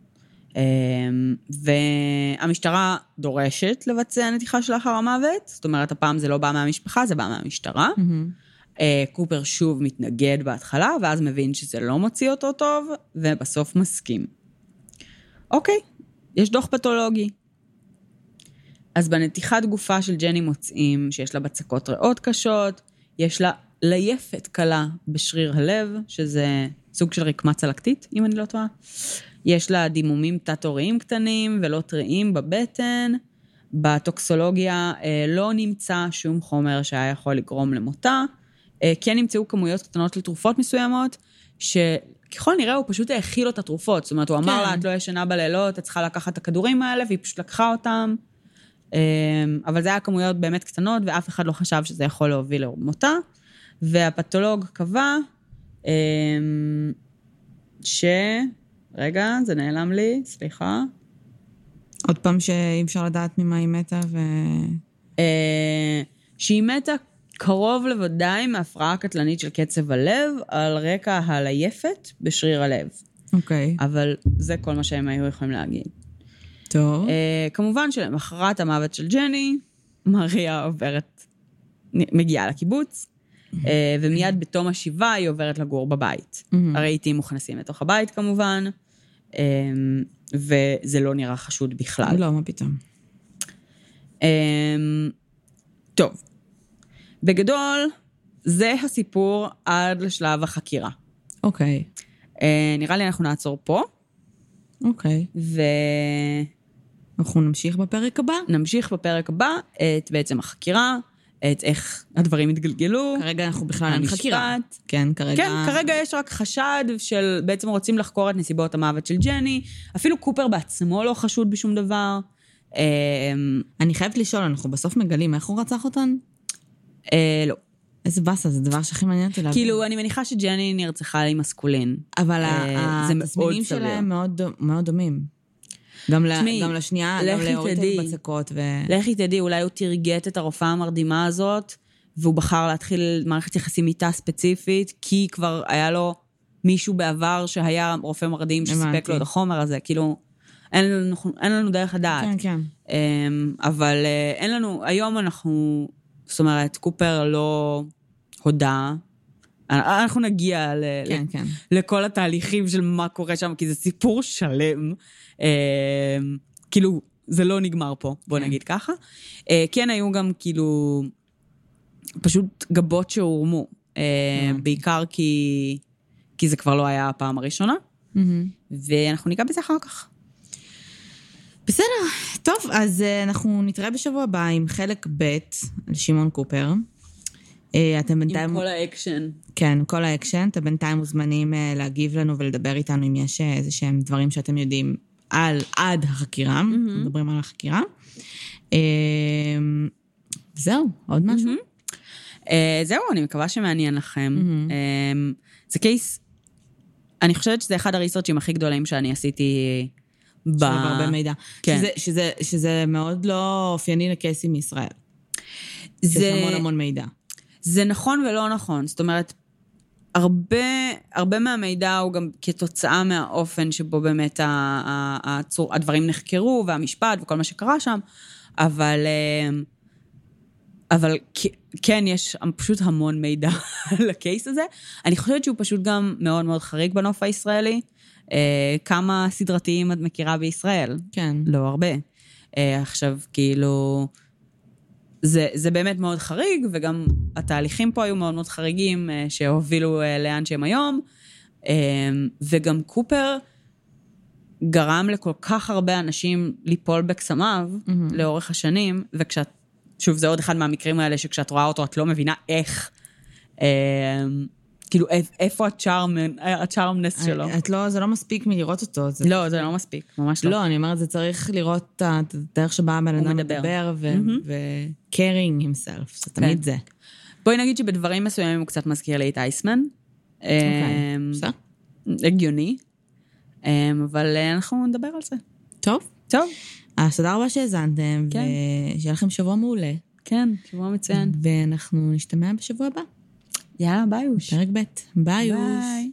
והמשטרה דורשת לבצע נתיחה שלאחר המוות, זאת אומרת, הפעם זה לא בא מהמשפחה, זה בא מהמשטרה. קופר שוב מתנגד בהתחלה, ואז מבין שזה לא מוציא אותו טוב, ובסוף מסכים. אוקיי, יש דוח פתולוגי. אז בנתיחת גופה של ג'ני מוצאים שיש לה בצקות ריאות קשות, יש לה לייפת קלה בשריר הלב, שזה סוג של רקמה צלקתית, אם אני לא טועה. יש לה דימומים תת-עוריים קטנים ולא טריים בבטן. בטוקסולוגיה לא נמצא שום חומר שהיה יכול לגרום למותה. כן נמצאו כמויות קטנות לתרופות מסוימות, שככל נראה הוא פשוט האכיל לו את התרופות. זאת אומרת, הוא אמר לה, את לא ישנה בלילות, את צריכה לקחת את הכדורים האלה, והיא פשוט לקחה אותם. אבל זה היה כמויות באמת קטנות, ואף אחד לא חשב שזה יכול להוביל למותה. והפתולוג קבע רגע, זה נעלם לי, סליחה. עוד פעם שאי אפשר לדעת ממה היא מתה שהיא מתה קרוב לוודאי מהפרעה קטלנית של קצב הלב, על רקע הלייפת בשריר הלב. אוקיי. אבל זה כל מה שהם היו יכולים להגיד. טוב. כמובן שלמחרת המוות של ג'ני, מריה מגיעה לקיבוץ, ומיד בתום השבעה היא עוברת לגור בבית. הרהיטים מוכנסים לתוך הבית כמובן, וזה לא נראה חשוד בכלל. לא, מה פתאום. טוב, בגדול, זה הסיפור עד לשלב החקירה. אוקיי. נראה לי אנחנו נעצור פה. אוקיי. אנחנו נמשיך בפרק הבא? נמשיך בפרק הבא את בעצם החקירה, את איך הדברים התגלגלו. כרגע אנחנו בכלל אין חקירה. כן, כרגע... כן, כרגע יש רק חשד של בעצם רוצים לחקור את נסיבות המוות של ג'ני. אפילו קופר בעצמו לא חשוד בשום דבר. אני חייבת לשאול, אנחנו בסוף מגלים איך הוא רצח אותן? לא. איזה בסה, זה דבר שהכי מעניין אותי להבין. כאילו, אני מניחה שג'ני נרצחה עם מסקולין. אבל התסמינים שלהם מאוד דומים. גם לשנייה, גם להוריד את הבצקות. לכי תדעי, אולי הוא תרגט את הרופאה המרדימה הזאת, והוא בחר להתחיל מערכת יחסים איתה ספציפית, כי כבר היה לו מישהו בעבר שהיה רופא מרדים שסיפק לו את החומר הזה. כאילו, אין לנו דרך לדעת. כן, כן. אבל אין לנו, היום אנחנו, זאת אומרת, קופר לא הודע, אנחנו נגיע לכל התהליכים של מה קורה שם, כי זה סיפור שלם. כאילו, זה לא נגמר פה, בוא נגיד ככה. כן, היו גם כאילו, פשוט גבות שהורמו, בעיקר כי זה כבר לא היה הפעם הראשונה, ואנחנו ניגע בזה אחר כך. בסדר, טוב, אז אנחנו נתראה בשבוע הבא עם חלק ב' על שמעון קופר. אתם בינתיים... עם כל האקשן. כן, כל האקשן. אתם בינתיים מוזמנים להגיב לנו ולדבר איתנו אם יש איזה שהם דברים שאתם יודעים עד החקירה. מדברים על החקירה. זהו, עוד משהו? זהו, אני מקווה שמעניין לכם. זה קייס, אני חושבת שזה אחד הריסרצ'ים הכי גדולים שאני עשיתי בהרבה מידע. כן. שזה מאוד לא אופייני לקייסים מישראל. זה המון מידע. זה נכון ולא נכון. זאת אומרת, הרבה מהמידע הוא גם כתוצאה מהאופן שבו באמת הדברים נחקרו, והמשפט וכל מה שקרה שם, אבל כן, יש פשוט המון מידע לקייס הזה. אני חושבת שהוא פשוט גם מאוד מאוד חריג בנוף הישראלי. כמה סדרתיים את מכירה בישראל? כן. לא הרבה. עכשיו, כאילו... זה באמת מאוד חריג, וגם התהליכים פה היו מאוד מאוד חריגים, שהובילו לאן שהם היום, וגם קופר גרם לכל כך הרבה אנשים ליפול בקסמיו, לאורך השנים, שוב, זה עוד אחד מהמקרים האלה, שכשאת רואה אותו, את לא מבינה איך, כאילו, איפה הצ'ארמנס שלו? זה לא מספיק מלראות אותו. לא, זה לא מספיק, ממש לא. לא, אני אומרת, זה צריך לראות את הדרך שבה הבן אדם מדבר, ו-caring himself, זה תמיד זה. בואי נגיד שבדברים מסוימים הוא קצת מזכיר לי את אייסמן. בסדר. הגיוני. אבל אנחנו נדבר על זה. טוב. אז תודה רבה שהזנתם, ושיהיה לכם שבוע מעולה. כן, שבוע מצוין. ואנחנו נשתמע בשבוע הבא. יאללה, ביי אוש. פרק ב'. ביי אוש.